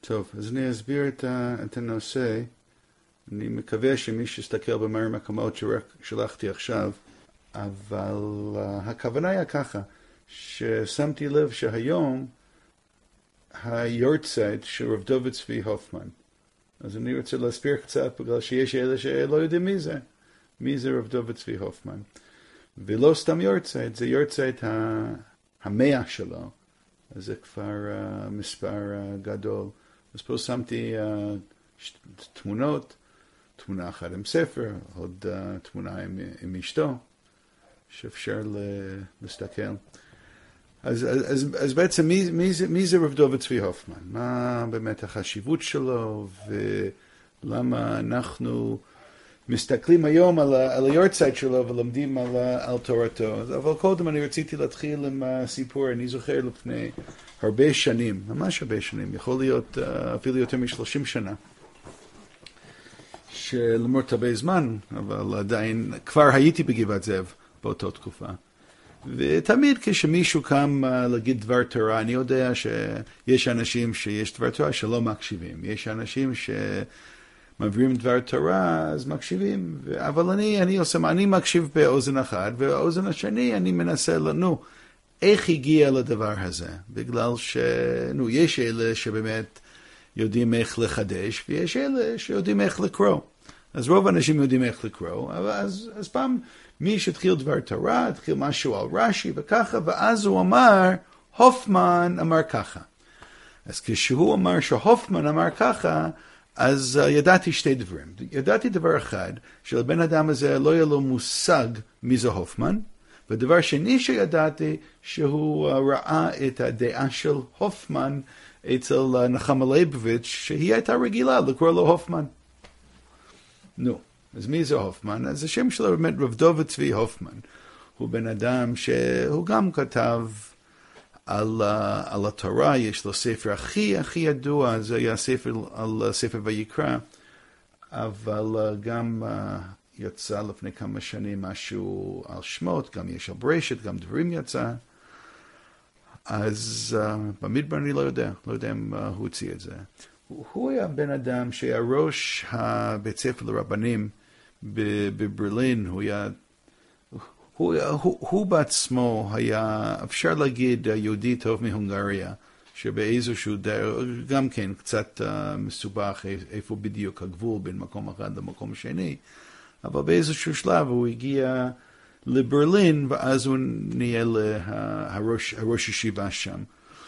טוב, אז אני אסביר את הנושא. אני מקווה שמי שיסתכל במאמר מקומות שרק שלחתי עכשיו, אבל הכוונה היה ככה, ששמתי לב שהיום היורצייט של רב דוד צבי הופמן. אז אני רוצה להסביר קצת, בגלל שיש אלה שלא יודעים מי זה. מי זה רב דוד צבי הופמן. ולא סתם יורצייט, זה יורצייט המאה שלו. אז זה כבר מספר גדול. אז פה שמתי תמונות, תמונה אחת עם ספר, עוד תמונה עם אשתו, שאפשר להסתכל. אז בעצם מי זה רב דוד צבי הופמן? מה באמת החשיבות שלו, ולמה אנחנו מסתכלים היום על היורצייט שלו ולומדים על תורתו. אבל קודם אני רציתי להתחיל עם הסיפור. אני זוכר לפני הרבה שנים, ממש הרבה שנים, יכול להיות אפילו יותר מ-30 שנה, שלמרות הרבה זמן, אבל עדיין כבר הייתי בגבעת זאב באותה תקופה. ותמיד כשמישהו קם להגיד דבר תורה, אני יודע שיש אנשים שיש דבר תורה שלא מקשיבים. יש אנשים מעבירים דבר תורה, אז מקשיבים. אבל אני מקשיב באוזן אחת, ובאוזן השני אני מנסה איך הגיע לדבר הזה? בגלל יש אלה שבאמת יודעים איך לחדש, ויש אלה שיודעים איך לקרוא. אז רוב האנשים יודעים איך לקרוא, אבל אז פעם מי שהתחיל דבר תורה, התחיל משהו על רש"י וככה, ואז הוא אמר, הופמן אמר ככה. אז כשהוא אמר שהופמן אמר ככה, אז ידעתי שתי דברים. ידעתי דבר אחד, שלבן אדם הזה לא היה לו מושג מי זה הופמן, ודבר שני שידעתי, שהוא ראה את הדעה של הופמן אצל נחמה ליבוביץ', שהיא הייתה רגילה לקרוא לו הופמן. נו, אז מי זה הופמן? אז השם שלו באמת רב דוד צבי הופמן. הוא בן אדם שהוא גם כתב על התורה, יש לו ספר הכי ידוע, זה היה ספר על ספר ויקרא, אבל גם יצא לפני כמה שנים משהו על שמות, גם יש על ברשת, גם דברים יצא. אז במדבר אני לא יודע אם הוא הוציא את זה. הוא היה בן אדם שהיה ראש הבית ספר לרבנים בברלין, הוא בעצמו היה, אפשר להגיד, יהודי טוב מהונגריה, שבאיזשהו גם כן קצת מסובך איפה בדיוק הגבול בין מקום אחד למקום שני, אבל באיזשהו שלב הוא הגיע לברלין, ואז הוא נהיה הראש ישיבה שם.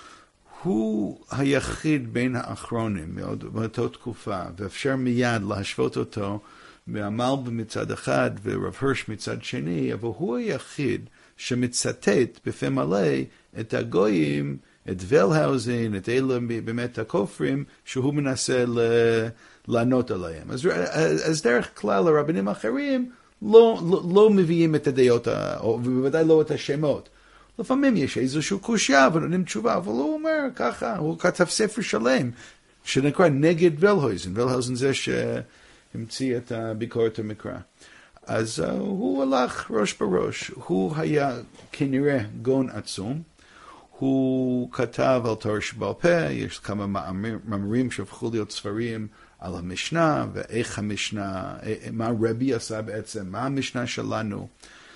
הוא היחיד בין האחרונים באותה תקופה, ואפשר מיד להשוות אותו מהמלבה מצד אחד ורב הרש מצד שני, אבל הוא היחיד שמצטט בפה מלא את הגויים, את ולהאוזן, את אלה באמת הכופרים, שהוא מנסה לענות עליהם. אז דרך כלל הרבנים האחרים לא מביאים את הדעות, ובוודאי לא את השמות. לפעמים יש איזשהו קושיה ונותנים תשובה, אבל הוא אומר ככה, הוא כתב ספר שלם, שנקרא נגד ולהאוזן. ולהאוזן זה שהמציא את הביקורת המקרא. אז הוא הלך ראש בראש. הוא היה כנראה גאון עצום. הוא כתב על תורה שבעל פה, יש כמה מאמרים שהפכו להיות ספרים על המשנה, ואיך המשנה, מה רבי עשה בעצם, מה המשנה שלנו.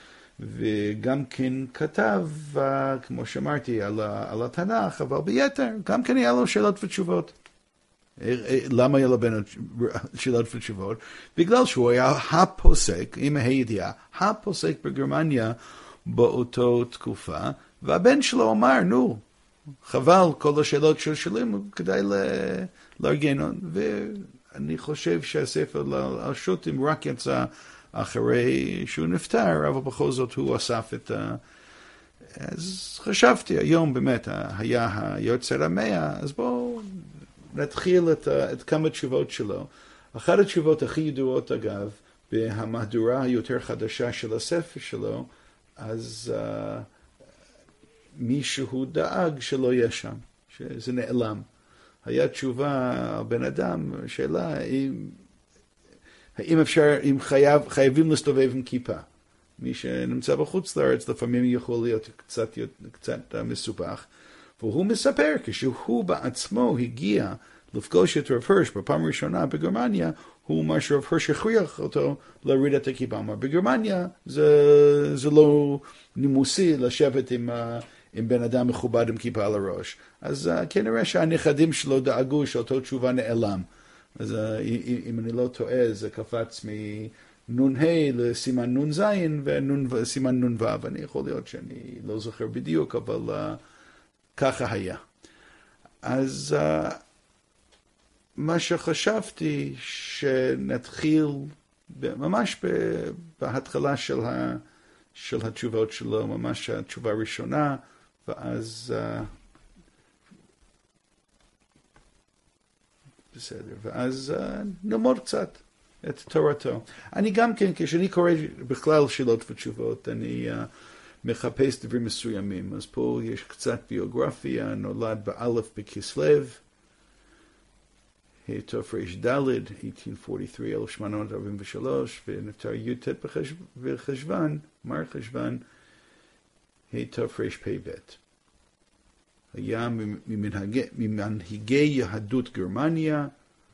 וגם כן כתב, כמו שאמרתי, על התנ"ך, אבל ביתר, גם כן היה לו שאלות ותשובות. למה היה לו בין שאלות ותשובות? בגלל שהוא היה הפוסק, עם הידיעה, הפוסק בגרמניה באותו תקופה, והבן שלו אמר, חבל כל השאלות ששואלים, כדאי לארגן. ואני חושב שהספר על שו"תים רק יצא אחרי שהוא נפטר, אבל בכל זאת הוא אסף את אז חשבתי, היום באמת היה היוצר המאה, אז בואו נתחיל את כמה תשובות שלו. אחת התשובות הכי ידועות אגב, במהדורה היותר חדשה של הספר שלו, אז מישהו דאג שלא יהיה שם, שזה נעלם. היה תשובה על בן אדם, שאלה האם חייבים להסתובב עם כיפה. מי שנמצא בחוץ לארץ לפעמים יכול להיות קצת מסובך. והוא מספר כשהוא בעצמו הגיע לפגוש את רב הרש בפעם הראשונה בגרמניה, הוא מה שרב הרש הכריח אותו להוריד את הכיפה. אמר, בגרמניה זה לא נימוסי לשבת עם בן אדם מכובד עם כיפה על הראש. אז כנראה שהנכדים שלו דאגו שאותו תשובה נעלם. אז אם אני לא טועה, זה קפץ מנ"ה לסימן נ"ז וסימן נ"ו. אני יכול להיות שאני לא זוכר בדיוק, אבל ככה היה. אז מה שחשבתי שנתחיל ממש בהתחלה של התשובות שלו, ממש התשובה הראשונה, ואז בסדר, ואז נלמוד קצת את תורתו. אני גם כן, כשאני קורא בכלל שאלות ותשובות, אני מחפש דברים מסוימים. אז פה יש קצת ביוגרפיה, נולד באלף בכסלו, תר"ד, 1843, ונפטר י"ט בחשוון, מר חשוון, תרפ"ב. היה ממנהיגי יהדות גרמניה,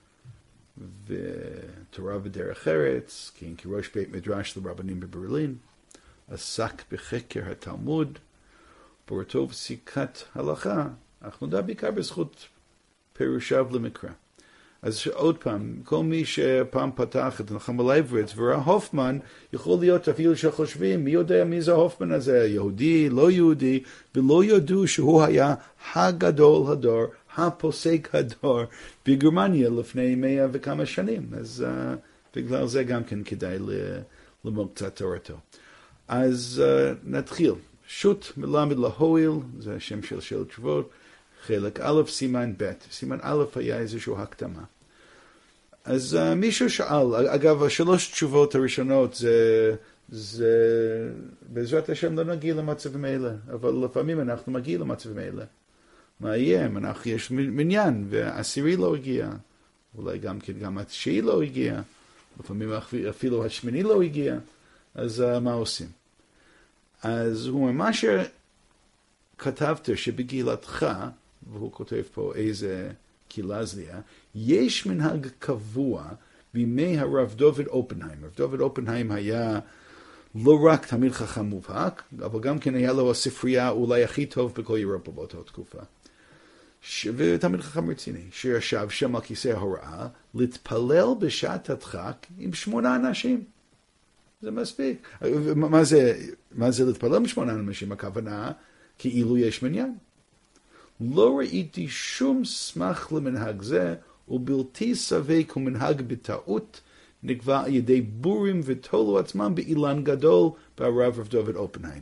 ותורה ודרך ארץ, כיהן כראש בית מדרש לרבנים בברלין, עסק בחקר התלמוד, פורתו ופסיקת הלכה, אך נודע בעיקר בזכות פירושיו למקרא. אז עוד פעם, כל מי שפעם פתח את נחמה לייבוביץ וראה הופמן, יכול להיות אפילו שחושבים, מי יודע מי זה הופמן הזה, יהודי, לא יהודי, ולא ידעו שהוא היה הגדול הדור, הפוסק הדור בגרמניה לפני 100 וכמה שנים. אז בגלל זה גם כן כדאי ללמוד קצת תורתו. אז נתחיל. שו"ת מלמד להועיל, זה השם של שאלות תשובות. חלק א', סימן ב'. סימן א' היה איזושהי הקדמה. אז מישהו שאל, אגב, השלוש תשובות הראשונות זה בעזרת השם לא נגיע למצבים האלה, אבל לפעמים אנחנו מגיעים למצבים האלה. מה יהיה? יש מניין, והעשירי לא הגיע, אולי גם התשיעי לא הגיע, לפעמים אפילו השמיני לא הגיע, אז מה עושים? אז הוא אומר, מה שכתבת שבגילתך, והוא כותב פה איזה קהילה זה היה, יש מנהג קבוע בימי הרב דוד אופנהיים. הרב דוד אופנהיים היה לא רק תלמיד חכם מובהק, אבל גם כן היה לו הספרייה אולי הכי טוב בכל אירופה באותה תקופה. ותלמיד חכם רציני, שישב שם על כיסא ההוראה, להתפלל בשעת הדחק עם 8 אנשים. זה מספיק. מה זה להתפלל עם 8 אנשים? הכוונה כאילו יש מניין. לא ראיתי שום סמך למנהג זה, ובלתי ספק ומנהג בטעות נקבע על ידי בורים ותולו עצמם באילן גדול ברב דוד אופנהיים.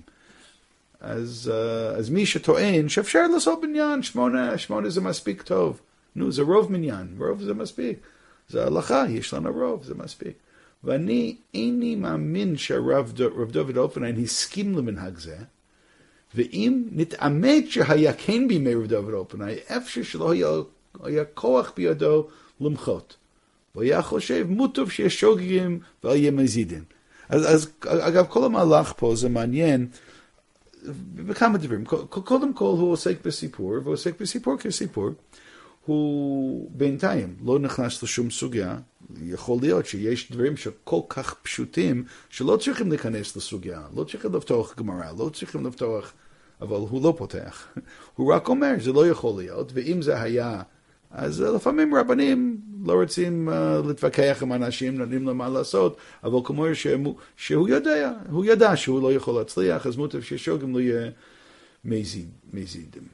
אז מי שטוען שאפשר לעשות מניין, 8 זה מספיק טוב. נו, זה רוב מניין, רוב זה מספיק. זה הלכה, יש לנו רוב, זה מספיק. ואני איני מאמין שהרב דוד אופנהיים הסכים למנהג זה, ואם נתאמת שהיה כן בימי רב דוד אופנהיים, אפשר שלא היה כוח בידו למחות. והיה חושב, מוטב שיש שוגגים ואל יהיה מזידים. אז אגב, כל המהלך פה זה מעניין בכמה דברים. קודם כל הוא עוסק בסיפור, והוא עוסק בסיפור כסיפור. הוא בינתיים לא נכנס לשום סוגיה. יכול להיות שיש דברים שכל כך פשוטים שלא צריכים להיכנס לסוגיה, לא צריכים לפתוח גמרא, לא צריכים לפתוח, אבל הוא לא פותח. הוא רק אומר, זה לא יכול להיות, ואם זה היה, אז לפעמים רבנים לא רוצים להתווכח עם אנשים, נותנים להם מה לעשות, אבל כמו שהוא ידע שהוא לא יכול להצליח, אז מוטב ששוגים לא יהיה מזידים.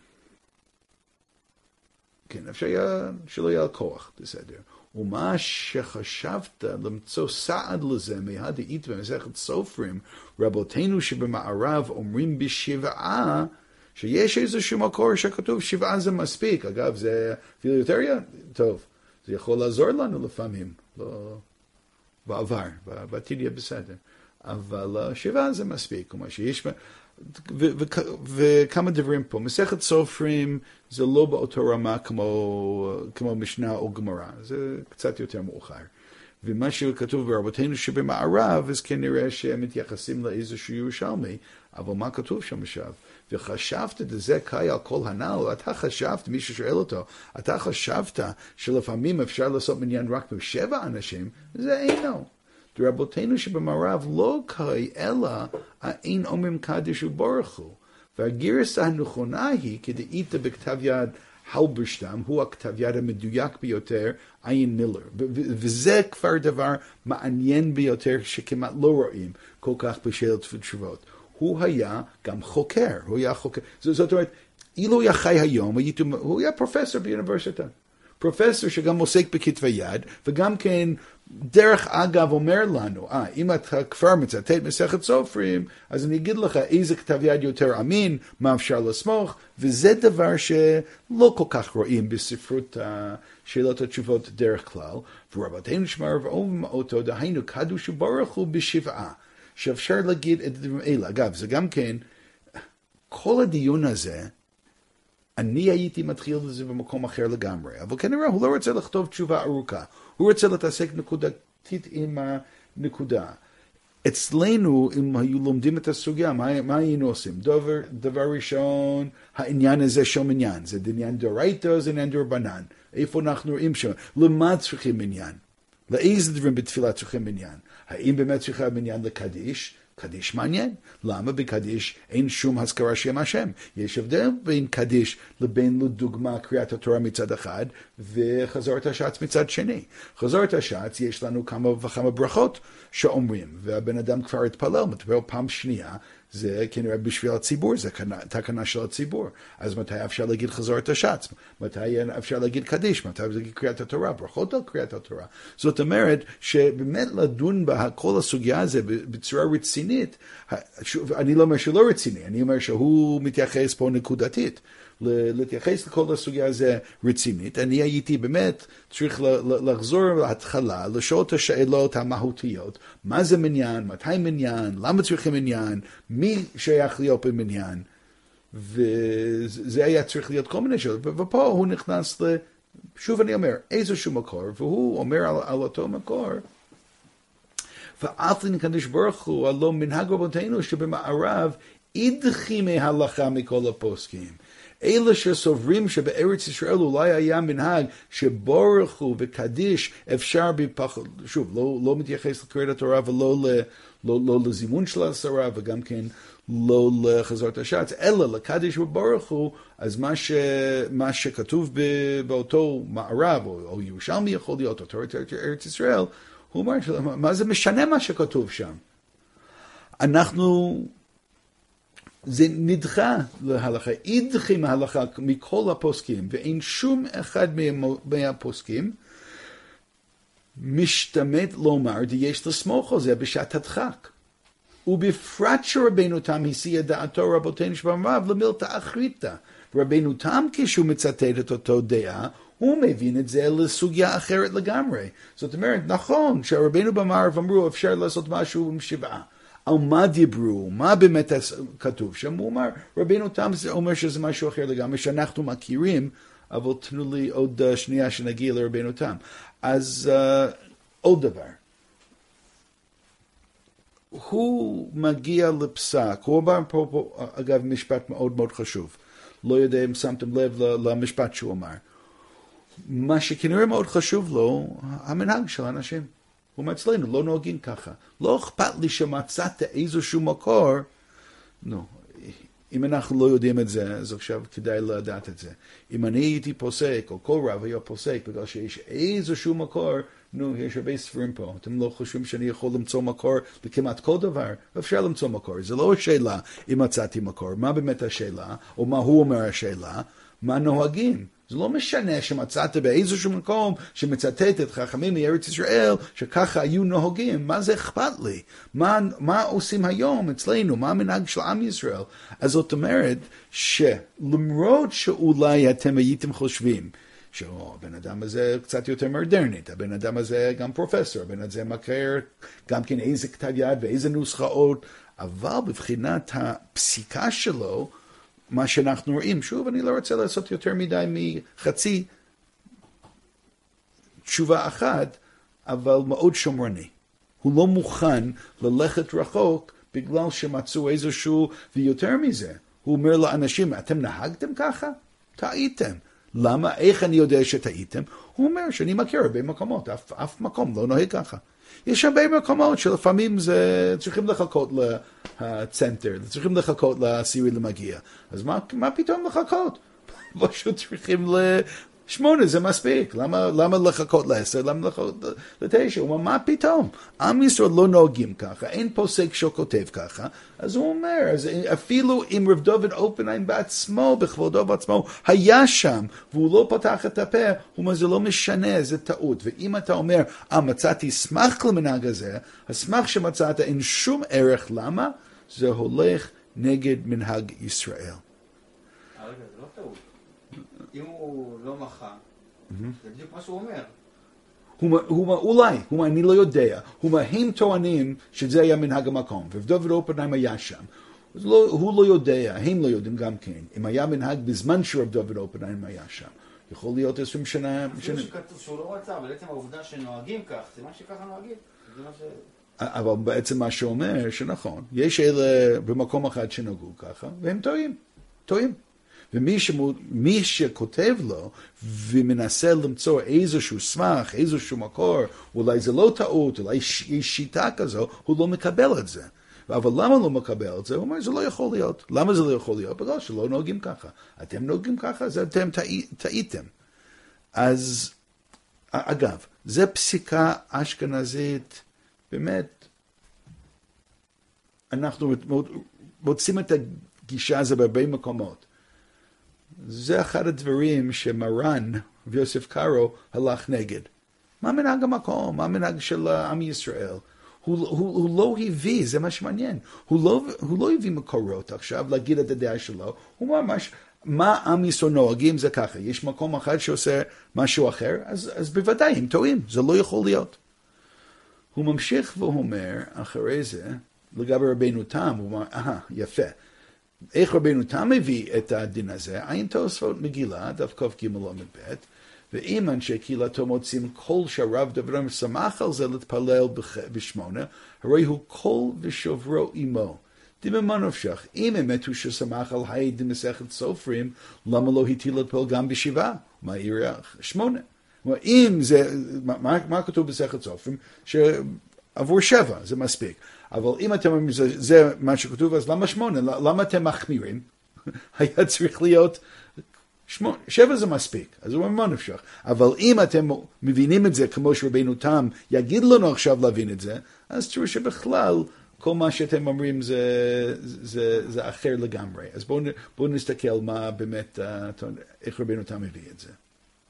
כן, אפשר שלא יהיה כוח, בסדר. ומה שחשבת למצוא סעד לזה, מהדאית במסכת סופרים, רבותינו שבמערב אומרים בשבעה, שיש איזשהו מקור שכתוב 7 זה מספיק. אגב, זה אפילו יותר טוב. זה יכול לעזור לנו לפעמים, לא בעבר, בעתיד יהיה בסדר. אבל 7 זה מספיק, כמו שיש... וכמה דברים פה. מסכת סופרים זה לא באותו רמה כמו משנה או גמרא. זה קצת יותר מאוחר. ומה שכתוב ברבותינו שבמערב, אז כנראה שהם מתייחסים לאיזשהו ירושלמי, אבל מה כתוב שם עכשיו? וחשבת דזה קאי על כל הנ"ל, אתה חשבת, מישהו שואל אותו, אתה חשבת שלפעמים אפשר לעשות מניין רק ב7 אנשים? זה אינו. רבותינו שבמערב לא קאי, אלא אין אומרים קדיש וברוך הוא. והגרסה הנכונה היא, כדאית בכתב יד הלברשטם, הוא הכתב יד המדויק ביותר, עין מילר. וזה כבר דבר מעניין ביותר שכמעט לא רואים כל כך בשאלות ותשובות. הוא היה גם חוקר, הוא היה חוקר. זאת אומרת, אילו הוא היה חי היום, הוא היה פרופסור באוניברסיטה. פרופסור שגם עוסק בכתבי יד, וגם כן דרך אגב אומר לנו, אם אתה כבר מצטט מסכת סופרים, אז אני אגיד לך איזה כתב יד יותר אמין, מה אפשר לסמוך, וזה דבר שלא כל כך רואים בספרות שאלות התשובות דרך כלל, ורבותינו שמערבים אותו, דהיינו קדוש וברוך הוא בשבעה, שאפשר להגיד את הדברים האלה. אגב, זה גם כן, כל הדיון הזה, אני הייתי מתחיל לזה במקום אחר לגמרי, אבל כנראה הוא לא רוצה לכתוב תשובה ארוכה, הוא רוצה להתעסק נקודתית עם הנקודה. אצלנו, אם היו לומדים את הסוגיה, מה היינו עושים? דבר ראשון, העניין הזה של מניין, זה עניין דאורייתא, זה עניין דרבנן. איפה אנחנו רואים שם? למה צריכים מניין? לאיזה דברים בתפילה צריכים מניין? האם באמת צריכים מניין לקדיש? קדיש מעניין. למה? בקדיש אין שום הזכרה שם השם. יש הבדל בין קדיש לבין לדוגמה קריאת התורה מצד אחד וחזרת השץ מצד שני. חזרת השץ יש לנו כמה וכמה ברכות שאומרים, והבן אדם כבר התפלל, מתפלל פעם שנייה, זה כנראה בשביל הציבור, זה תקנה של הציבור. אז מתי אפשר להגיד חזרת השץ? מתי אפשר להגיד קדיש? מתי אפשר להגיד קריאת התורה? ברכות על קריאת התורה. זאת אומרת שבאמת לדון בכל הסוגיה הזה בצורה רצינית, אני לא אומר שלא רציני, אני אומר שהוא מתייחס פה נקודתית. להתייחס לכל הסוגיה הזה רצינית, אני הייתי באמת צריך לחזור להתחלה, לשאול את השאלות המהותיות, מה זה מניין, מתי מניין, למה צריכים מניין, מי שייך להיות במניין, וזה היה צריך להיות כל מיני שאלות, ופה הוא נכנס שוב אני אומר, איזשהו מקור, והוא אומר על אותו מקור, ואף לקדוש ברוך הוא, הלא מנהג רבותינו שבמערב, אידחי מהלכה מכל הפוסקים. אלה שסוברים שבארץ ישראל אולי היה מנהג שבורך הוא וקדיש אפשר בפחד, שוב, לא מתייחס לקריאת התורה ולא לזימון של העשרה וגם כן לא לחזרת השץ, אלא לקדיש ובורך הוא, אז מה שכתוב באותו מערב, או ירושלמי יכול להיות, אותו ארץ ישראל, הוא אומר, מה זה משנה מה שכתוב שם? זה נדחה להלכה, ידחי מההלכה מכל הפוסקים, ואין שום אחד מהפוסקים משתמט לומר, יש לסמוך על זה בשעת הדחק. ובפרט שרבנו תם הסיע דעתו רבותינו שבמערב למילתא אחריתא. רבנו תם כשהוא מצטט את אותו דעה, הוא מבין את זה לסוגיה אחרת לגמרי. זאת אומרת, נכון שהרבנו במערב אמרו אפשר לעשות משהו עם שבעה. על מה דיברו, מה באמת כתוב שם, הוא אומר, רבינו תם אומר שזה משהו אחר לגמרי, שאנחנו מכירים, אבל תנו לי עוד שנייה שנגיע לרבינו תם. אז עוד דבר, הוא מגיע לפסק, הוא אמר פה, אגב, משפט מאוד מאוד חשוב, לא יודע אם שמתם לב למשפט שהוא אמר, מה שכנראה מאוד חשוב לו, המנהג של האנשים. הוא אומר אצלנו, לא נוהגים ככה. לא אכפת לי שמצאת איזשהו מקור. אם אנחנו לא יודעים את זה, אז עכשיו כדאי לדעת את זה. אם אני הייתי פוסק, או כל רב היה פוסק, בגלל שיש איזשהו מקור, יש הרבה ספרים פה. אתם לא חושבים שאני יכול למצוא מקור לכמעט כל דבר? אפשר למצוא מקור. זה לא השאלה אם מצאתי מקור. מה באמת השאלה? או מה הוא אומר השאלה? מה נוהגים? זה לא משנה שמצאת באיזשהו מקום שמצטט את חכמים מארץ ישראל, שככה היו נוהגים, מה זה אכפת לי? מה עושים היום אצלנו? מה המנהג של עם ישראל? אז זאת אומרת שלמרות שאולי אתם הייתם חושבים, שהבן אדם הזה קצת יותר מודרנית, הבן אדם הזה גם פרופסור, הבן הזה מכיר גם כן איזה כתב יד ואיזה נוסחאות, אבל בבחינת הפסיקה שלו, מה שאנחנו רואים, שוב, אני לא רוצה לעשות יותר מדי מחצי תשובה אחת, אבל מאוד שומרני. הוא לא מוכן ללכת רחוק בגלל שמצאו איזשהו, ויותר מזה, הוא אומר לאנשים, אתם נהגתם ככה? טעיתם. למה? איך אני יודע שטעיתם? הוא אומר שאני מכיר הרבה מקומות, אף מקום לא נוהג ככה. יש הרבה מקומות שלפעמים צריכים לחכות לצנטר, צריכים לחכות לסירי למגיע. אז מה פתאום לחכות? פשוט צריכים ל8, זה מספיק. למה לחכות ל10? למה לחכות ל9? הוא אומר, מה פתאום? עם ישראל לא נוהגים ככה, אין פוסק שכותב ככה. אז הוא אומר, אפילו אם רב דוד אופנהיים בעצמו, בכבודו בעצמו, היה שם, והוא לא פתח את הפה, הוא אומר, זה לא משנה, זה טעות. ואם אתה אומר, מצאתי סמך למנהג הזה, הסמך שמצאת אין שום ערך, למה? זה הולך נגד מנהג ישראל. רגע, זה לא טעות. אם הוא לא מחה, זה בדיוק מה שהוא אומר. אולי, אני לא יודע, הם טוענים שזה היה מנהג המקום, ודוד אופנהיים היה שם. הוא לא יודע, הם לא יודעים גם כן, אם היה מנהג בזמן שרב דוד אופנהיים היה שם. יכול להיות 20 שנה... זה שכתוב שהוא לא רצה, אבל בעצם העובדה שנוהגים כך, זה מה שככה נוהגים. אבל בעצם מה שאומר שנכון, יש אלה במקום אחד שנהגו ככה, והם טועים. ומי שכותב לו ומנסה למצוא איזשהו סמך, איזשהו מקור, אולי זה לא טעות, אולי יש שיטה כזו, הוא לא מקבל את זה. אבל למה לא מקבל את זה? הוא אומר, זה לא יכול להיות. למה זה לא יכול להיות? בגלל שלא נוהגים ככה. אתם נוהגים ככה, אז אתם טעיתם. אז, אגב, זה פסיקה אשכנזית, באמת, אנחנו מוצאים את הגישה הזו בהרבה מקומות. זה אחד הדברים שמרן ויוסף קארו הלך נגד. מה מנהג המקום? מה מנהג של עם ישראל? הוא לא הביא, זה מה שמעניין. הוא לא הביא מקורות עכשיו להגיד את הדעה שלו. הוא אומר מה עם ישראל נוהגים זה ככה. יש מקום אחד שעושה משהו אחר, אז בוודאי הם טועים. זה לא יכול להיות. הוא ממשיך ואומר אחרי זה, לגבי רבינו תם, הוא אומר, יפה. איך רבינו תם מביא את הדין הזה? עין תוספות מגילה, דף קוף ג' ל"ב, ואם אנשי קהילתו מוצאים כל שהרב דוד שמח על זה להתפלל בשמונה, הרי הוא כל ושוברו עמו. דממה נפשך, אם אמת הוא ששמח על העד במסכת סופרים, למה לא הטיל להתפלל גם בשבעה? מה ירח? 8. אם זה, מה כתוב במסכת סופרים? שעבור 7, זה מספיק. אבל אם אתם אומרים, זה מה שכתוב, אז למה 8? למה אתם מחמירים? היה צריך להיות 7 זה מספיק, אז הוא אומר, מה נפשך? אבל אם אתם מבינים את זה כמו שרבינו תם יגיד לנו עכשיו להבין את זה, אז תראו שבכלל כל מה שאתם אומרים זה אחר לגמרי. אז בואו נסתכל מה באמת, איך רבינו תם מביא את זה.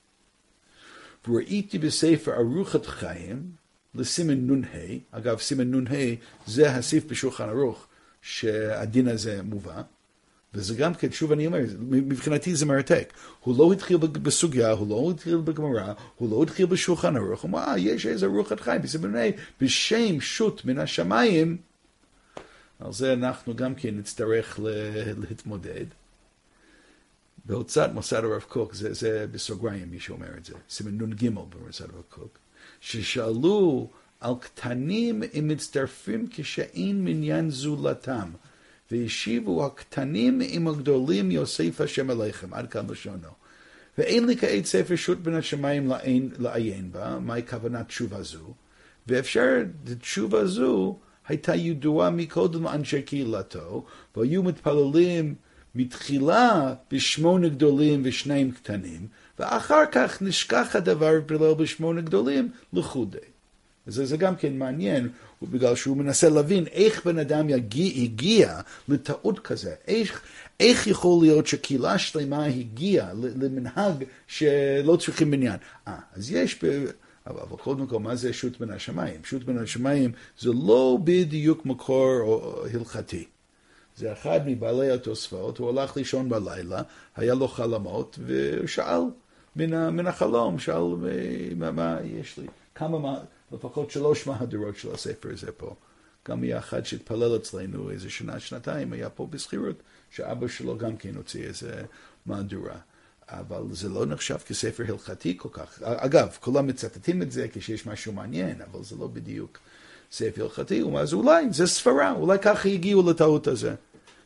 וראיתי בספר ארוחת חיים, לסימן נ"ה, אגב סימן נ"ה זה הסעיף בשולחן ערוך שהדין הזה מובא, וזה גם כן, שוב אני אומר, מבחינתי זה מרתק. הוא לא התחיל בסוגיה, הוא לא התחיל בגמרא, הוא לא התחיל בשולחן ערוך, הוא אומר, יש איזה ארוחת חיים, בסימן נ"ה, בשם שו"ת מן השמיים, על זה אנחנו גם כן נצטרך להתמודד. בהוצאת מוסד הרב קוק, זה בסוגריים מי שאומר את זה, סימן נ"ג במוסד הרב קוק, ששאלו על קטנים אם מצטרפים כשאין מניין זולתם, והשיבו הקטנים עם הגדולים יוסיף השם עליכם, עד כאן לשונו. ואין לי כעת ספר שו"ת בין השמיים לעיין בה, מהי כוונת תשובה זו, ואפשר תשובה זו הייתה ידועה מקודם לאנשי קהילתו, והיו מתפללים מתחילה ב8 גדולים ו2 קטנים, ואחר כך נשכח הדבר בליל ב8 גדולים לחודי. זה גם כן מעניין, בגלל שהוא מנסה להבין איך בן אדם הגיע לטעות כזה, איך יכול להיות שקהילה שלמה הגיעה למנהג שלא צריכים מניין. אז יש, אבל קודם כל, מה זה שו"ת בין השמיים? שו"ת בין השמיים זה לא בדיוק מקור הלכתי. זה אחד מבעלי התוספות, הוא הלך לישון בלילה, היה לו חלומות, ושאל מן החלום, שאל מה יש לי, לפחות 3 מהדורות של הספר הזה פה. גם היה אחד שהתפלל אצלנו איזה שנה, שנתיים, היה פה בסחירות, שאבא שלו גם כן הוציא איזה מהדורה. אבל זה לא נחשב כספר הלכתי כל כך. אגב, כולם מצטטים את זה כשיש משהו מעניין, אבל זה לא בדיוק ספר הלכתי. אז אולי זה ספרה, אולי ככה הגיעו לטעות הזה.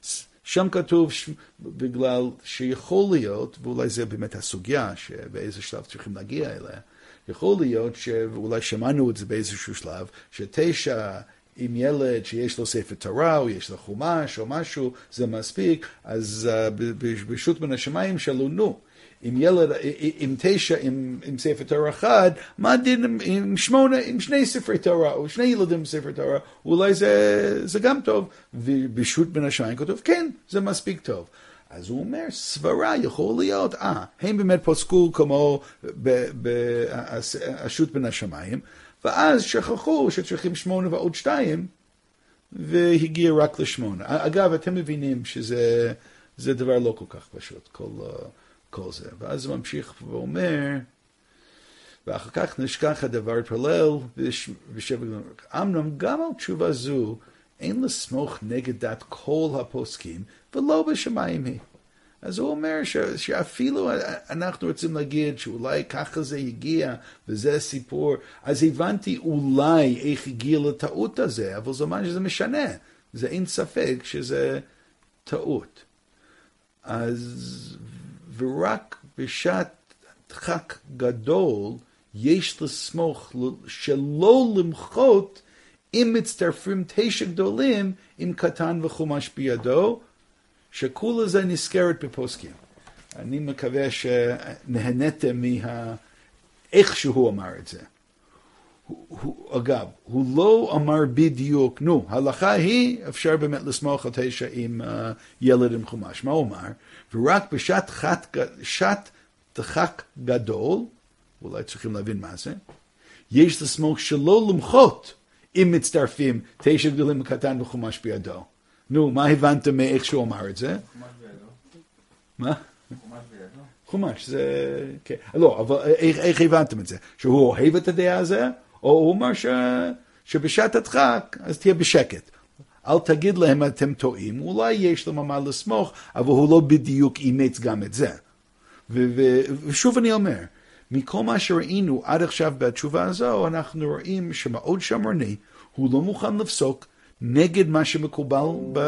שם כתוב בגלל שיכול להיות, ואולי זה באמת הסוגיה שבאיזה שלב צריכים להגיע אליה, יכול להיות שאולי שמענו את זה באיזשהו שלב, שתשע עם ילד שיש לו ספר תורה, או יש לו חומש, או משהו, זה מספיק, אז ברשות מן השמיים שאלו, נו, עם ילד, עם תשע, עם ספר תורה אחד, מה הדין עם שמונה, עם שני ספרי תורה, או שני ילדים עם ספר תורה, אולי זה גם טוב. וברשות מן השמיים כתוב, כן, זה מספיק טוב. אז הוא אומר, סברה יכול להיות, הם באמת פוסקו כמו ברשות מן השמיים, ואז שכחו שצריכים 8 ועוד 2, והגיע רק ל8. אגב, אתם מבינים שזה דבר לא כל כך פשוט, כל זה. ואז הוא ממשיך ואומר, ואחר כך נשכח הדבר פרלל, אמנם גם על תשובה זו, אין לסמוך נגד דת כל הפוסקים, ולא בשמיים היא. אז הוא אומר שאפילו אנחנו רוצים להגיד שאולי ככה זה הגיע, וזה הסיפור, אז הבנתי אולי איך הגיע לטעות הזה, אבל זה אומר שזה משנה. זה אין ספק שזה טעות. אז ורק בשעת דחק גדול, יש לסמוך שלא למחות אם מצטרפים 9 גדולים עם קטן וחומש בידו, שכולה זה נזכרת בפוסקים. אני מקווה שנהניתם איך שהוא אמר את זה. אגב, הוא לא אמר בדיוק, ההלכה היא, אפשר באמת לסמוך על 9 עם ילד עם חומש. מה הוא אמר? ורק בשעת דחק גדול, אולי צריכים להבין מה זה, יש לסמוך שלא למחות אם מצטרפים 9 גדולים מקטן וחומש בידו. מה הבנתם מאיך שהוא אמר את זה? חומש בידו. מה? חומש בידו. חומש, זה... כן. לא, אבל איך הבנתם את זה? שהוא אוהב את הדעה הזה? או הוא אומר שבשעת הדחק, אז תהיה בשקט. אל תגיד להם אתם טועים, אולי יש להם מה לסמוך, אבל הוא לא בדיוק אימץ גם את זה. ושוב אני אומר, מכל מה שראינו עד עכשיו בתשובה הזו, אנחנו רואים שמאוד שמרני, הוא לא מוכן לפסוק נגד מה שמקובל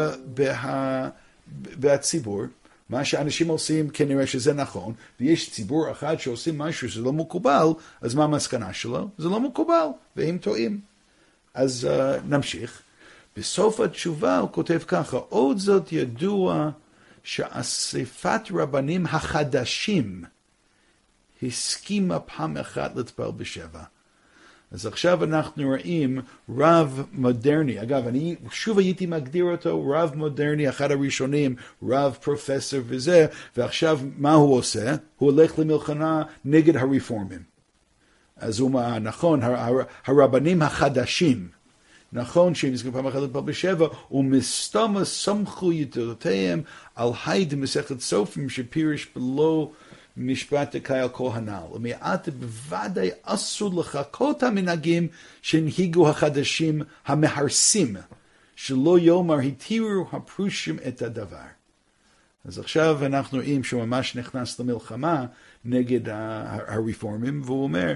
בציבור, מה שאנשים עושים כנראה שזה נכון, ויש ציבור אחד שעושים משהו שזה לא מקובל, אז מה המסקנה שלו? זה לא מקובל, והם טועים. אז נמשיך. בסוף התשובה הוא כותב ככה, עוד זאת ידוע שאספת רבנים החדשים הסכימה פעם אחת להתפלל בשבע. אז עכשיו אנחנו רואים רב מודרני, אגב, אני שוב הייתי מגדיר אותו רב מודרני, אחד הראשונים, רב פרופסור וזה, ועכשיו מה הוא עושה? הוא הולך למלחמה נגד הרפורמים. אז הוא אומר, נכון, הרבנים החדשים, נכון שהם הסכימו פעם אחת להתפלל בשבע, ומסתמה סמכו יתרותיהם על היד מסכת סופרים שפירש בלא משפט הקהל כל הנ"ל. ומעט בוודאי אסור לחכות המנהגים שהנהיגו החדשים המהרסים, שלא יאמר התירו הפרושים את הדבר. אז עכשיו אנחנו רואים שהוא ממש נכנס למלחמה נגד הרפורמים, והוא אומר,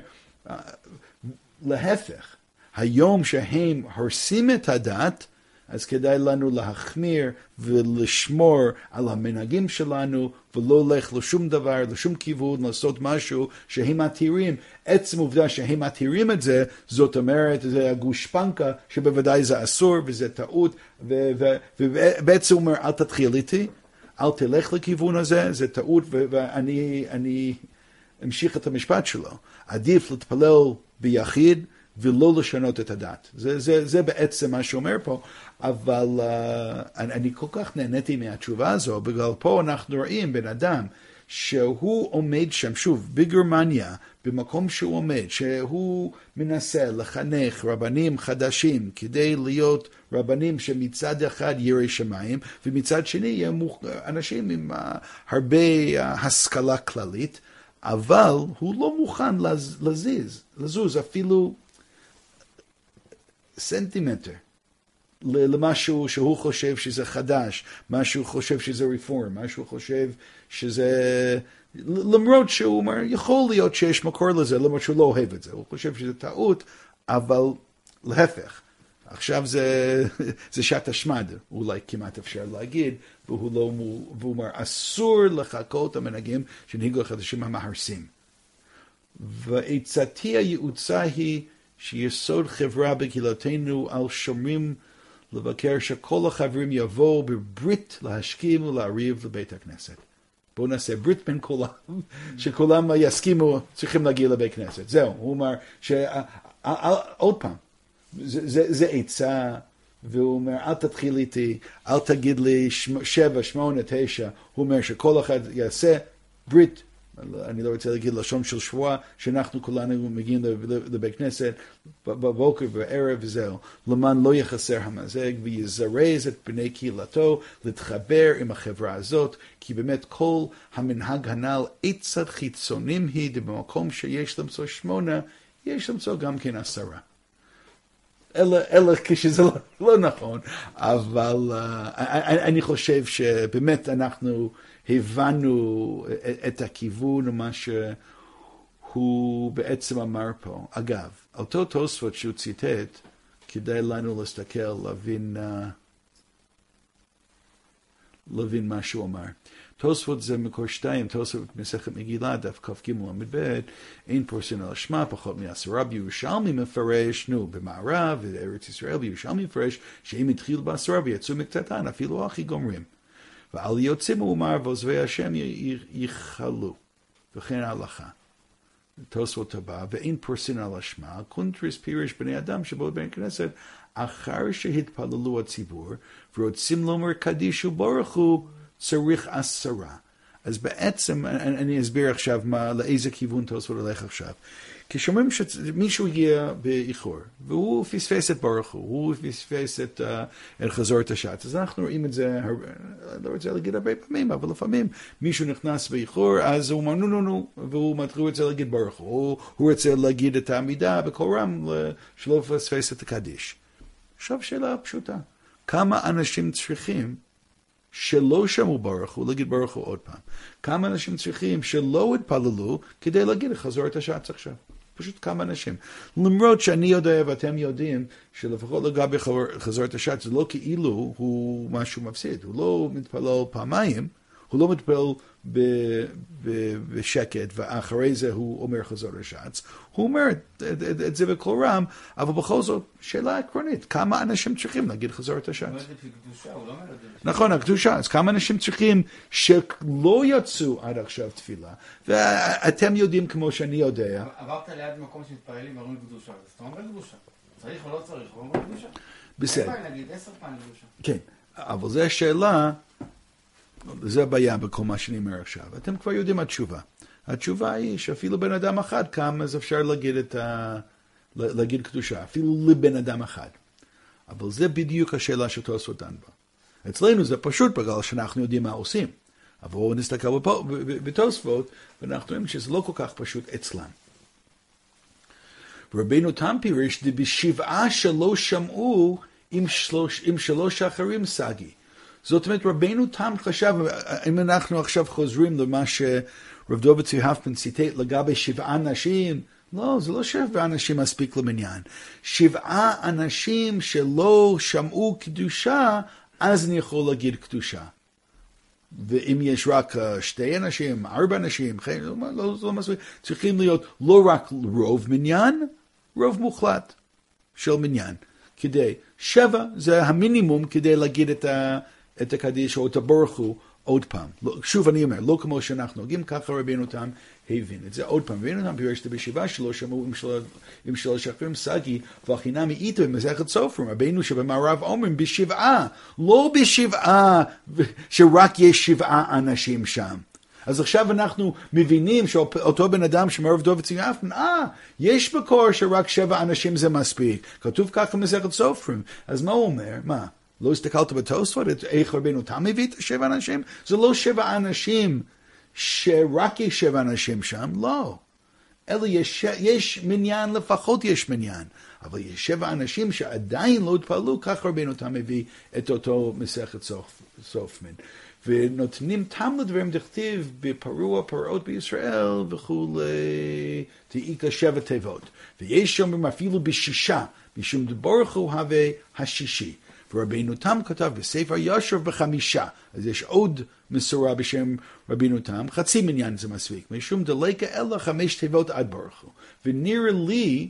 להפך, היום שהם הרסים את הדת, אז כדאי לנו להחמיר ולשמור על המנהגים שלנו, ולא הולך לשום דבר, לשום כיוון, לעשות משהו שהם מתירים. עצם עובדה שהם מתירים את זה, זאת אומרת, זה הגושפנקה שבוודאי זה אסור וזה טעות, ובעצם הוא אומר, אל תתחיל איתי, אל תלך לכיוון הזה, זה טעות, ואני אמשיך את המשפט שלו. עדיף להתפלל ביחיד, ולא לשנות את הדת. זה בעצם מה שאומר פה, אבל אני כל כך נהניתי מהתשובה הזו, בגלל פה אנחנו רואים בן אדם שהוא עומד שם, שוב, בגרמניה, במקום שהוא עומד, שהוא מנסה לחנך רבנים חדשים, כדי להיות רבנים שמצד אחד יראי שמיים, ומצד שני יהיו אנשים עם הרבה השכלה כללית, אבל הוא לא מוכן לזוז אפילו סנטימטר למשהו שהוא חושב שזה חדש, משהו חושב שזה רפורם, משהו חושב שזה, למרות שהוא אומר, יכול להיות שיש מקור לזה, למרות שהוא לא אוהב את זה, הוא חושב שזה טעות, אבל להפך, עכשיו זה שעת השמד, אולי כמעט אפשר להגיד, והוא אומר, אסור לחכות המנהגים שנהיגו החדשים המהרסים. ועצתי הייעוצה היא שיסוד חברה בקהילתנו על שומרים לבקר שכל החברים יבואו בברית להשכים ולהריב לבית הכנסת. בואו נעשה ברית בין כולם, שכולם יסכימו, צריכים להגיע לבית כנסת. זהו, הוא אומר, עוד פעם, זה עצה, והוא אומר, אל תתחיל איתי, אל תגיד לי 7, 8, 9, הוא אומר שכל אחד יעשה ברית, אני לא רוצה להגיד לשון של שבוע, שאנחנו כולנו מגיעים לבית כנסת, בבוקר ובערב וזהו, למען לא יחסר המזג, ויזרז את בני קהילתו להתחבר עם החברה הזאת, כי באמת כל המנהג הנ"ל עצת חיצונים היא, במקום שיש למצוא 8, יש למצוא גם כן 10. אלא כשזה לא נכון, אבל אני חושב שבאמת אנחנו הבנו את הכיוון ומה שהוא בעצם אמר פה. אגב, אותו תוספות שהוא ציטט, כדאי לנו להסתכל, להבין מה שהוא אמר. תוספות זה מקור 2, תוספות מסכת מגילה, דף כ"ג עמוד ב', אין פורסין על השמה, פחות מ10 בירושלמי מפרש, במערב, בארץ ישראל בירושלמי מפרש, שאם התחילו ב10 ויצאו מקצתן, אפילו הכי גומרים. ועל יוצאים הוא אמר, ועוזבי השם ייחלו, וכן ההלכה. תוספות הבא, ואין פורסין על השמה, קונטריס פירש בני אדם שבו בן כנסת, אחר שהתפללו הציבור, ורוצים לומר קדיש וברך הוא, צריך 10. אז בעצם, אני אסביר עכשיו לאיזה כיוון תוספות הולך עכשיו. כשאומרים שמישהו הגיע באיחור, והוא פספס את ברך הוא פספס את חזור השעת, אז אנחנו רואים את זה, לא רוצה להגיד הרבה פעמים, אבל לפעמים מישהו נכנס באיחור, אז הוא אומר נו, והוא רוצה להגיד ברך הוא רוצה להגיד את העמידה בקול רם, שלא פספס את הקדיש. עכשיו שאלה פשוטה, כמה אנשים צריכים שלא שמעו ברך הוא, להגיד ברך הוא עוד פעם. כמה אנשים צריכים שלא התפללו כדי להגיד חזור את השעת עכשיו. פשוט כמה אנשים. למרות שאני יודע ואתם יודעים שלפחות לגבי חזור את השעת זה לא כאילו הוא משהו מפסיד. הוא לא מתפלל פעמיים, הוא לא מתפלל בשקט ואחרי זה הוא אומר חזור השעת. הוא אומר את זה בקול רם, אבל בכל זאת שאלה עקרונית, כמה אנשים צריכים להגיד חזור את השעת? נכון, הקדושה, אז כמה אנשים צריכים שלא יצאו עד עכשיו תפילה, ואתם יודעים כמו שאני יודע. עברת ליד מקום שמתפללים ואומרים קדושה, אז אתה אומר קדושה, צריך או לא צריך, הוא אומר קדושה. בסדר. נגיד 10 פעמים קדושה. כן, אבל זו השאלה, זה הבעיה בכל מה שאני אומר עכשיו. אתם כבר יודעים התשובה. התשובה היא שאפילו בן אדם אחד קם, אז אפשר להגיד קדושה, אפילו לבן אדם אחד. אבל זה בדיוק השאלה שתוספות דן בה. אצלנו זה פשוט בגלל שאנחנו יודעים מה עושים. אבל בואו נסתכל בתוספות, ואנחנו רואים שזה לא כל כך פשוט אצלם. רבינו תם פירש, בשבעה שלא שמעו עם 3 אחרים סגי. זאת אומרת, רבינו תם חשב, אם אנחנו עכשיו חוזרים למה שרב דוב צבי הפמן ציטט לגבי 7 אנשים, לא, זה לא 7 אנשים מספיק למניין. 7 אנשים שלא שמעו קדושה, אז אני יכול להגיד קדושה. ואם יש רק 2 אנשים, 4 אנשים, לא מספיק, צריכים להיות לא רק רוב מניין, רוב מוחלט של מניין. כדי 7 זה המינימום כדי להגיד את הקדיש או את הברך הוא עוד פעם. שוב אני אומר, לא כמו שאנחנו נוגעים, ככה רבינו תם הבין את זה. עוד פעם, רבינו תם פירש בשבעה שלא שמעו עם 3 אחרים סגי, והחינמי איתו במסכת סופרים, רבינו שבמערב אומרים בשבעה, לא בשבעה שרק יש 7 אנשים שם. אז עכשיו אנחנו מבינים שאותו בן אדם שמרב דוב צבי הפמן, יש מקור שרק 7 אנשים זה מספיק. כתוב ככה במסכת סופרים. אז מה הוא אומר? מה? לא הסתכלת בתוספות, איך רבינו תם הביא את 7 אנשים? זה לא 7 אנשים שרק יש 7 אנשים שם, לא. אלא יש מניין, לפחות יש מניין. אבל יש 7 אנשים שעדיין לא התפעלו, כך רבינו תם הביא את אותו מסכת סופמן. ונותנים תם לדברים דכתיב בפרוע פרעות בישראל וכולי, תאיקה 7 תיבות. ויש שם אפילו ב6, משום דברך הוא הווה השישי. ורבינו תם כתב בספר יושב בחמישה. אז יש עוד מסורה בשם רבינו תם, חצי מניין זה מספיק. משום דליקה אלא 5 תיבות עד ברוך הוא. ונראה לי,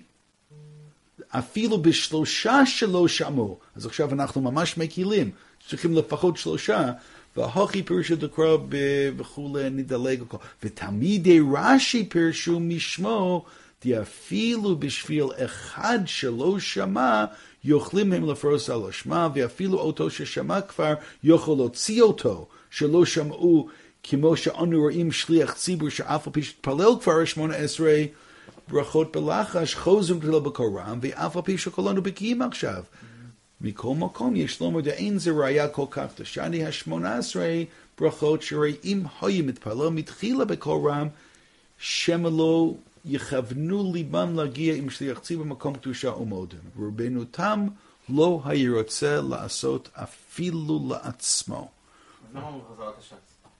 אפילו בשלושה שלא שמעו, אז עכשיו אנחנו ממש מקילים, צריכים לפחות 3, והוכי פירשו דקרא וכולי נדלג הכל. ותלמידי רש"י פירשו משמו, אפילו בשביל אחד שלא שמע, יוכלים הם לפרוס על השמה, ואפילו אותו ששמע כבר יוכל להוציא אותו, שלא שמעו, כמו שאנו רואים שליח ציבור, שאף על פי שתפלל כבר 18 ברכות בלחש, חוזרים תפילה בקורם, ואף על פי שכולנו בקיאים עכשיו. מכל מקום יש לומר דאין זה ראיה כל כך תשני 18 ברכות שהרי אם היו מתפלל מתחילה בקורם, שמא לא יכוונו ליבם להגיע עם שליח ציבור במקום קדושה ומודם. ורבנו תם לא היה רוצה לעשות אפילו לעצמו. למה הוא חזרת השץ?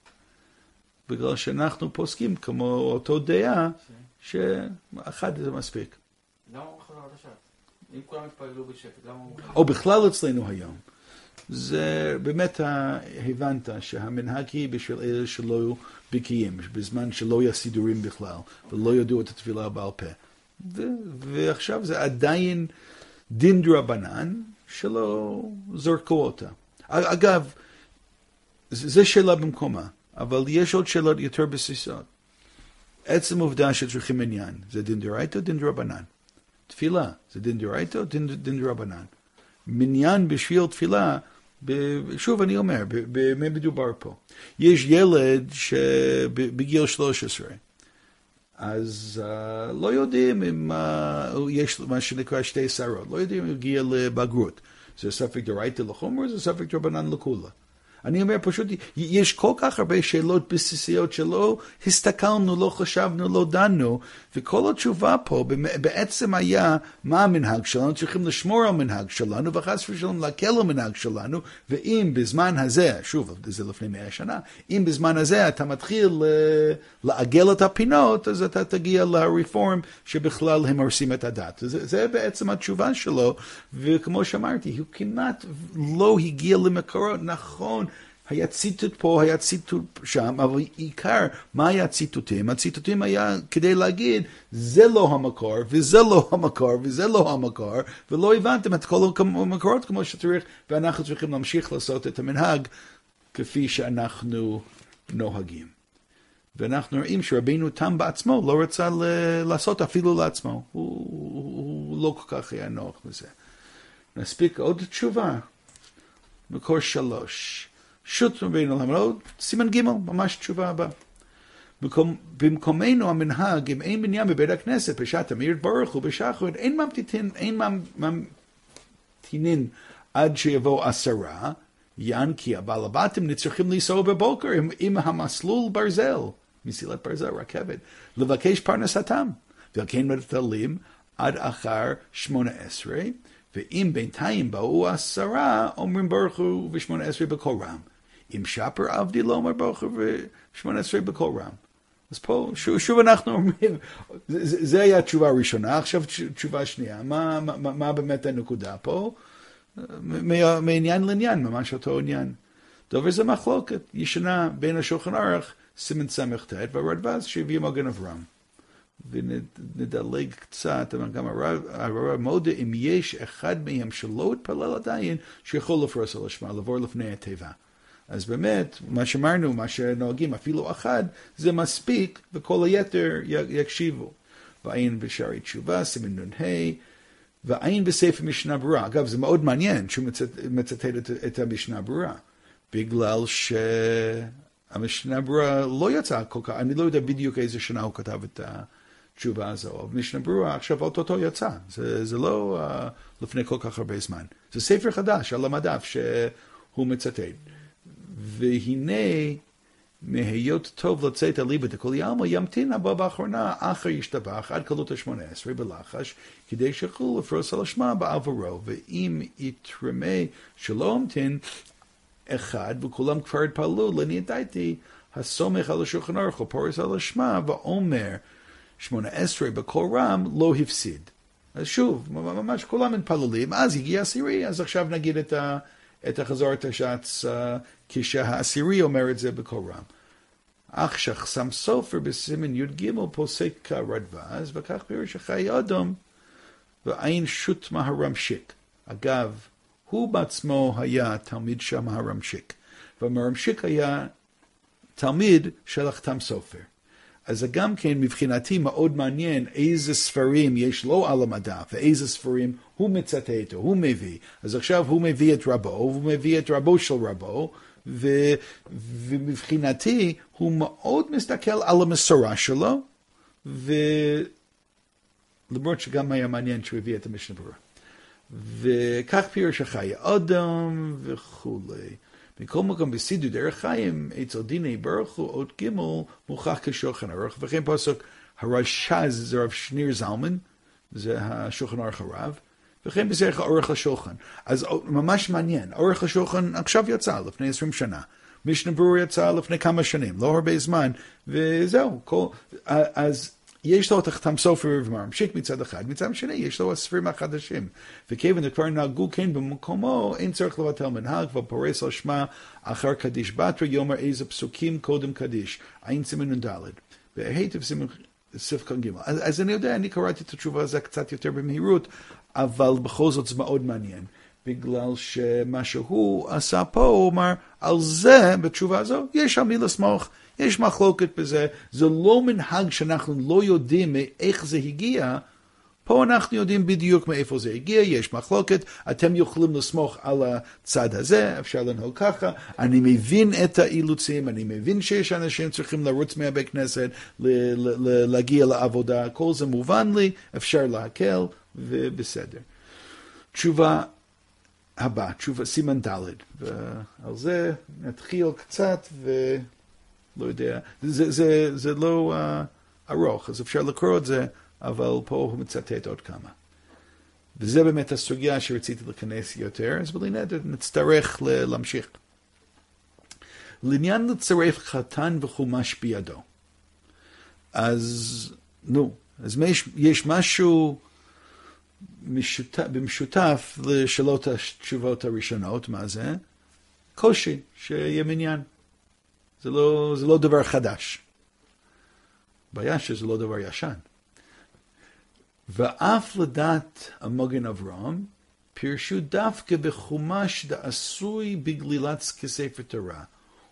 בגלל שאנחנו פוסקים כמו אותו דעה, שאחד זה מספיק. למה הוא חזרת השץ? אם כולם התפללו בשקט, למה הוא... או בכלל אצלנו היום. זה באמת הבנת שהמנהג היא בשביל אלה שלא בקיאים, בזמן שלא היה סידורים בכלל, ולא ידעו את התפילה בעל פה. ועכשיו זה עדיין דין דרבנן שלא זרקו אותה. אגב, זה שאלה במקומה, אבל יש עוד שאלות יותר בסיסות. עצם עובדה שצריכים מניין, זה דין דרייתא או דין דרבנן? תפילה, זה דין דרייתא או דין דרבנן? מניין בשביל תפילה, שוב אני אומר, במה מדובר פה? יש ילד שבגיל 13, אז לא יודעים אם יש מה שנקרא 2 שערות, לא יודעים אם הוא הגיע לבגרות. זה ספק דרייתא לחומר, זה ספק דרבנן לכולה. אני אומר פשוט, יש כל כך הרבה שאלות בסיסיות שלא הסתכלנו, לא חשבנו, לא דנו, וכל התשובה פה בעצם היה מה המנהג שלנו, צריכים לשמור על מנהג שלנו, וחס ושלום להקל על מנהג שלנו, ואם בזמן הזה, שוב, זה לפני 100 שנה, אם בזמן הזה אתה מתחיל לעגל את הפינות, אז אתה תגיע לרפורם שבכלל הם הרסים את הדת. זה בעצם התשובה שלו, וכמו שאמרתי, הוא כמעט לא הגיע למקורות, נכון, היה ציטוט פה, היה ציטוט שם, אבל עיקר, מה היה ציטוטים? הציטוטים היה כדי להגיד, זה לא המקור, וזה לא המקור, וזה לא המקור, ולא הבנתם את כל המקורות כמו שצריך, ואנחנו צריכים להמשיך לעשות את המנהג כפי שאנחנו נוהגים. ואנחנו רואים שרבינו תם בעצמו לא רצה לעשות אפילו לעצמו. הוא לא כל כך היה נוח בזה. נספיק עוד תשובה. מקור 3. שוט רבינו למרות, סימן ג' ממש תשובה הבאה. במקומנו המנהג, אם אין מניין בבית הכנסת, בשעת אמיר ברוך הוא בשחרית, אין ממתינין עד שיבוא 10, יען כי הבעל הבתים נצטרכים לנסוע בבוקר עם המסלול ברזל, מסילת ברזל, רכבת, לבקש פרנסתם, ועל כן מתפללים עד אחר 18, ואם בינתיים באו 10, אומרים ברוך הוא ו18 בקול רם. אם שפר עבדי לא אומר ברוך הוא ו18 בקול רם. אז פה שוב אנחנו אומרים, זה היה התשובה הראשונה, עכשיו תשובה שנייה, מה באמת הנקודה פה? מעניין לעניין, ממש אותו עניין. דבר זה מחלוקת, ישנה בין השולחן ערוך, סימן סמ"ט והרדב"ז שהביא מגן אברהם. ונדלג קצת, אבל גם הרב מודה, אם יש אחד מהם שלא התפלל עדיין, שיכול לפרוס על השמה, לעבור לפני התיבה. אז באמת, מה שאמרנו, מה שנוהגים, אפילו אחד, זה מספיק, וכל היתר יקשיבו. ועין בשערי תשובה, סימן נ"ה, ועין בספר משנה ברורה. אגב, זה מאוד מעניין שהוא מצטט את המשנה ברורה, בגלל שהמשנה ברורה לא יצא כל כך, אני לא יודע בדיוק איזה שנה הוא כתב את התשובה הזו, אבל משנה ברורה עכשיו אותו יצא, זה לא לפני כל כך הרבה זמן. זה ספר חדש על המדף שהוא מצטט. והנה, מהיות טוב לצאת אליבא דכל עלמא, ימתין הבא באחרונה, אחר ישתבח, עד קלות ה-18 בלחש, כדי שיוכלו לפרוס על השמה בעברו, ואם יתרמה שלא המתין אחד, וכולם כבר התפללו, לנידייתי, הסומך על השולחן ערוך, פורס על השמה, ואומר 18 בקול רם, לא הפסיד. אז שוב, ממש כולם מתפללים, אז הגיע עשירי, אז עכשיו נגיד את החזור תש"ץ, כשהעשירי אומר את זה בקול רם. אך שחסם סופר בסימן י"ג פוסק רדב"ז, וכך פירוש חיי אדם, ואין שוט מהרמשיק. אגב, הוא בעצמו היה תלמיד של מהרמשיק, והמרמשיק היה תלמיד של החתם סופר. אז זה גם כן מבחינתי מאוד מעניין איזה ספרים יש לו על המדף, ואיזה ספרים הוא מצטט, הוא מביא. אז עכשיו הוא מביא את רבו, הוא מביא את רבו של רבו, ומבחינתי הוא מאוד מסתכל על המסורה שלו, למרות שגם היה מעניין שהוא הביא את המשנה ברורה. וכך פירוש חיי אדם וכולי. מכל מקום בסידור דרך חיים, אצל דיני ברוך הוא אות ג' מוכח כשולחן ערוך, וכן פסוק הרש"ז זה רב שניר זלמן, זה השולחן ערוך הרב, וכן בדרך האורך לשולחן. אז ממש מעניין, אורך לשולחן עכשיו יצא לפני 20 שנה, משנה ברורה יצא לפני כמה שנים, לא הרבה זמן, וזהו. אז יש לו את החתם סופר ומרמשיק מצד אחד, מצד שני יש לו הספרים החדשים. וכיוון כבר נהגו כן במקומו, אין צריך לבטל מנהג, ופורס על שמה אחר קדיש בתרא יאמר איזה פסוקים קודם קדיש, עין סימן נ"ד, והיטב סימן ס"ג. אז אני יודע, אני קראתי את התשובה הזו קצת יותר במהירות, אבל בכל זאת זה מאוד מעניין, בגלל שמה שהוא עשה פה, הוא אמר, על זה, בתשובה הזו, יש על מי לסמוך, יש מחלוקת בזה, זה לא מנהג שאנחנו לא יודעים איך זה הגיע, פה אנחנו יודעים בדיוק מאיפה זה הגיע, יש מחלוקת, אתם יכולים לסמוך על הצד הזה, אפשר לנהוג ככה, אני מבין את האילוצים, אני מבין שיש אנשים צריכים לרוץ מהבית כנסת, להגיע לעבודה, כל זה מובן לי, אפשר להקל, ובסדר. תשובה הבאה, תשובה סימן ד', ועל זה נתחיל קצת, לא יודע, זה לא ארוך, אז אפשר לקרוא את זה, אבל פה הוא מצטט עוד כמה. וזה באמת הסוגיה שרציתי להיכנס יותר, אז בלי נדר נצטרך להמשיך. לעניין לצרף חתן וחומש בידו. אז יש משהו במשותף לשאלות התשובות הראשונות, מה זה? קושי, שיהיה מניין. זה לא דבר חדש. בעיה שזה לא דבר ישן. ואף לדעת המגן אברהם, פירשו דווקא בחומש דעשוי בגלילת כספר תורה.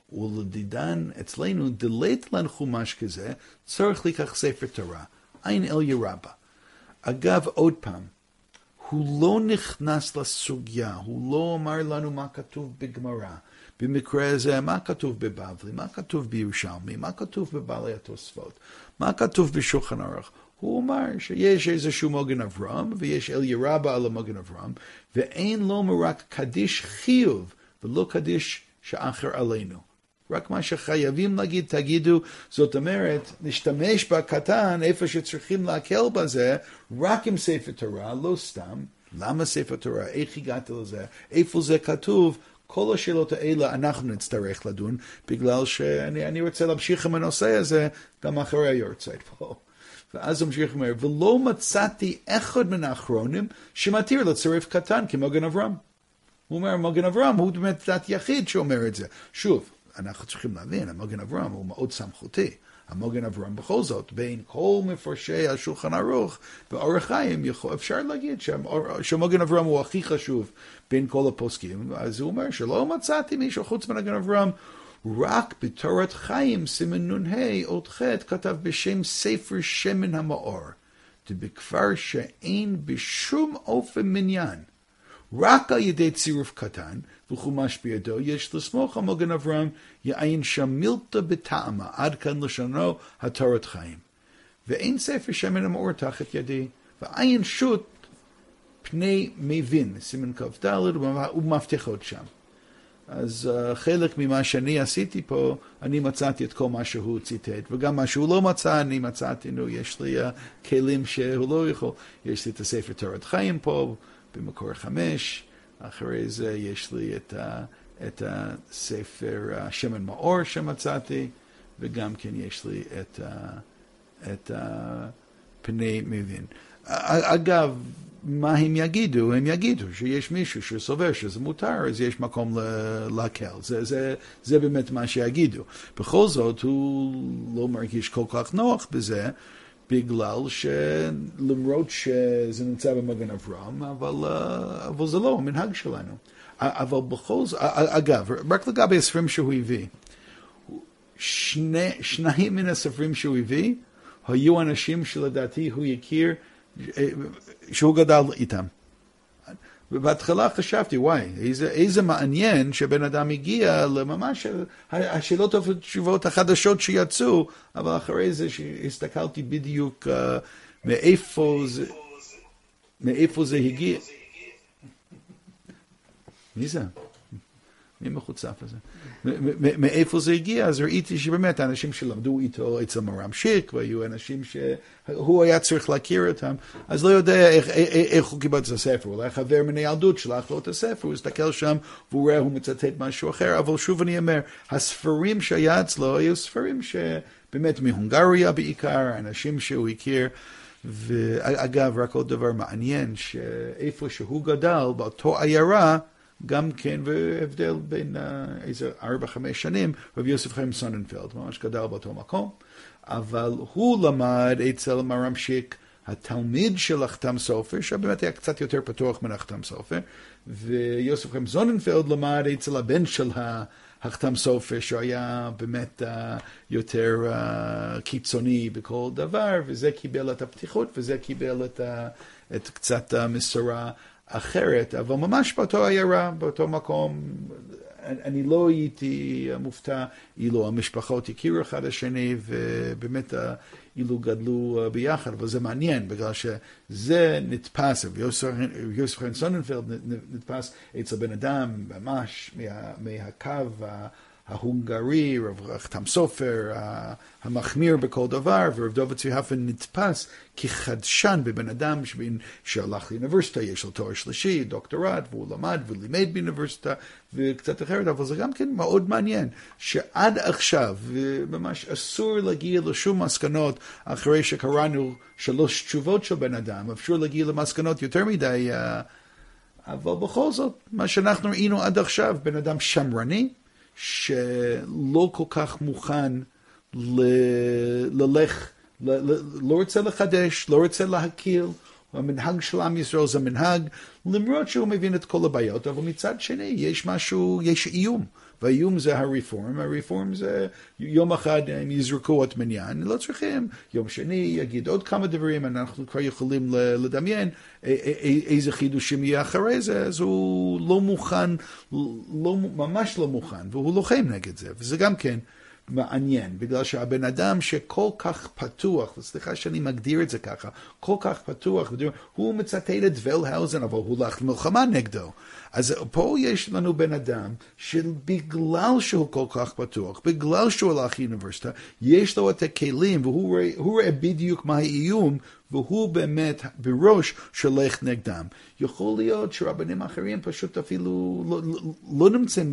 ולדידן אצלנו דלית לנו חומש כזה, צריך לקח ספר תורה. אין אליה רבה. אגב, עוד פעם, הוא לא נכנס לסוגיה, הוא לא אמר לנו מה כתוב בגמרא. במקרה הזה, מה כתוב בבבלי, מה כתוב בירושלמי, מה כתוב בבעלי התוספות, מה כתוב בשולחן ערוך. הוא אמר שיש איזשהו מגן אברהם, ויש אליה רבה על המגן אברהם, ואין לו רק קדיש חיוב, ולא קדיש שאחר עלינו. רק מה שחייבים להגיד, תגידו, זאת אומרת, נשתמש בקטן, איפה שצריכים להקל בזה, רק עם ספר תורה, לא סתם. למה ספר תורה? איך הגעת לזה? איפה זה כתוב? כל השאלות האלה אנחנו נצטרך לדון, בגלל שאני רוצה להמשיך עם הנושא הזה, גם אחרי היורצייט פה. ואז המשיך אומר, ולא מצאתי אחד מן האחרונים שמתיר לצרף קטן כמגן אברהם. הוא אומר, מגן אברהם הוא באמת דת יחיד שאומר את זה. שוב, אנחנו צריכים להבין, המגן אברהם הוא מאוד סמכותי. המגן אברהם בכל זאת, בין כל מפרשי השולחן ערוך ואורח חיים, אפשר להגיד שהמגן אברהם הוא הכי חשוב בין כל הפוסקים. אז הוא אומר שלא מצאתי מישהו חוץ מנגן אברהם, רק בתורת חיים, סימן נ"ה, עוד ח' כתב בשם ספר שמן המאור, בכפר שאין בשום אופן מניין. רק על ידי צירוף קטן וחומש בידו יש לסמוך על מגן אברהם יעין שם מילתא בטעמה, עד כאן לשונו התורת חיים. ואין ספר שמן המאור תחת ידי, ועין שוט פני מבין, סימן כ"ד ומפתחות שם. אז חלק ממה שאני עשיתי פה, אני מצאתי את כל מה שהוא ציטט, וגם מה שהוא לא מצא, אני מצאתי, יש לי כלים שהוא לא יכול, יש לי את הספר תורת חיים פה, במקור 5, אחרי זה יש לי את הספר שמן מאור שמצאתי, וגם כן יש לי את פני מבין. אגב, מה הם יגידו? הם יגידו שיש מישהו שסובר שזה מותר, אז יש מקום להקל. זה באמת מה שיגידו. בכל זאת, הוא לא מרגיש כל כך נוח בזה, בגלל שלמרות שזה נמצא במגן אברהם, אבל זה לא המנהג שלנו. אבל בכל זאת, אגב, רק לגבי הספרים שהוא הביא, שניים מן הספרים שהוא הביא, היו אנשים שלדעתי הוא הכיר, שהוא גדל איתם. ובהתחלה חשבתי, וואי, איזה מעניין שבן אדם הגיע לממש השאלות והתשובות החדשות שיצאו, אבל אחרי זה שהסתכלתי בדיוק מאיפה זה הגיע. מי זה? מי מחוצף הזה? מאיפה זה הגיע? אז ראיתי שבאמת האנשים שלמדו איתו אצל מרם שיק, והיו אנשים שהוא היה צריך להכיר אותם, אז לא יודע איך הוא קיבל את הספר. אולי חבר מן הילדות שלח לו את הספר, הוא הסתכל שם והוא רואה, הוא מצטט משהו אחר, אבל שוב אני אומר, הספרים שהיה אצלו היו ספרים שבאמת מהונגריה בעיקר, אנשים שהוא הכיר, ואגב, רק עוד דבר מעניין, שאיפה שהוא גדל, באותו עיירה, גם כן, והבדל בין איזה 4-5 שנים, רב יוסף חיים סוננפלד, ממש גדל באותו מקום, אבל הוא למד אצל מרם שיק, התלמיד של החתם סופר, שבאמת היה קצת יותר פתוח מן החתם סופר, ויוסף חיים סוננפלד למד אצל הבן של החתם סופר, שהיה באמת יותר קיצוני בכל דבר, וזה קיבל את הפתיחות, וזה קיבל את קצת המסורה אחרת, אבל ממש באותו עיירה, באותו מקום, אני לא הייתי מופתע אילו המשפחות הכירו אחד השני, ובאמת אילו גדלו ביחד, אבל זה מעניין, בגלל שזה נתפס, ויוסף חיים סוננפלד נתפס אצל בן אדם ממש מהקו ההונגרי, רב חתם סופר, המחמיר בכל דבר, ורב דוד צבי הפן נתפס כחדשן בבן אדם שהלך לאוניברסיטה, יש לו תואר שלישי, דוקטורט, והוא למד ולימד באוניברסיטה, וקצת אחרת, אבל זה גם כן מאוד מעניין, שעד עכשיו, ממש אסור להגיע לשום מסקנות, אחרי שקראנו 3 תשובות של בן אדם, אפשר להגיע למסקנות יותר מדי, אבל בכל זאת, מה שאנחנו ראינו עד עכשיו, בן אדם שמרני, שלא כל כך מוכן ללך, לא רוצה לחדש, לא רוצה להכיר, המנהג של עם ישראל זה מנהג, למרות שהוא מבין את כל הבעיות, אבל מצד שני יש משהו, יש איום, והאיום זה הרפורם זה יום אחד הם יזרקו את מניין, לא צריכים, יום שני יגיד עוד כמה דברים, אנחנו כבר יכולים לדמיין איזה חידושים יהיה אחרי זה, אז הוא לא מוכן, ממש לא מוכן, והוא לוחם נגד זה, וזה גם כן מעניין, בגלל שהבן אדם שכל כך פתוח, סליחה שאני מגדיר את זה ככה, כל כך פתוח, הוא מצטט את ולהאוזן, אבל הוא הולך למלחמה נגדו. אז פה יש לנו בן אדם שבגלל שהוא כל כך פתוח, בגלל שהוא הולך לאוניברסיטה, יש לו את הכלים, והוא רואה בדיוק מה האיום, והוא באמת בראש שהולך נגדם. יכול להיות שרבנים אחרים פשוט אפילו לא נמצאים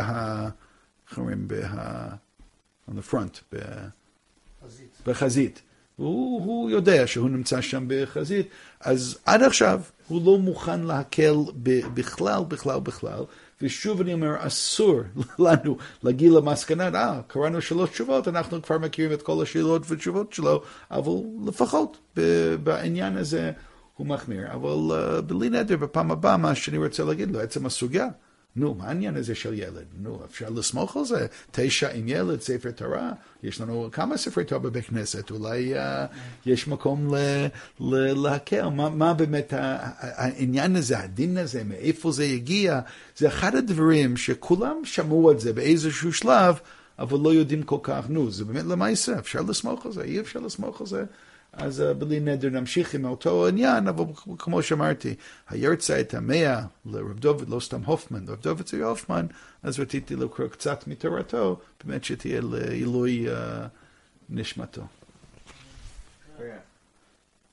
on the front, בחזית. הוא יודע שהוא נמצא שם בחזית, אז עד עכשיו הוא לא מוכן להקל בכלל, ושוב אני אומר, אסור לנו להגיע למסקנה, קראנו 3 תשובות, אנחנו כבר מכירים את כל השאלות ותשובות שלו, אבל לפחות בעניין הזה הוא מחמיר. אבל בלי נדר, בפעם הבאה, מה שאני רוצה להגיד לו, עצם הסוגיה, מה העניין הזה של ילד? אפשר לסמוך על זה? 9 עם ילד, ספר תורה, יש לנו כמה ספרי תורה בבית כנסת, אולי יש מקום להקל, מה באמת העניין הזה, הדין הזה, מאיפה זה הגיע, זה אחד הדברים שכולם שמעו את זה באיזשהו שלב, אבל לא יודעים כל כך, זה באמת למעשה, אפשר לסמוך על זה, אי אפשר לסמוך על זה, אז בלי נדר נמשיך עם אותו עניין, אבל כמו שאמרתי, היורצייט 100 לרב דוד, לא סתם הופמן, לרב דוד צבי הופמן, אז רציתי לקרוא קצת מתורתו, באמת שתהיה לעילוי נשמתו.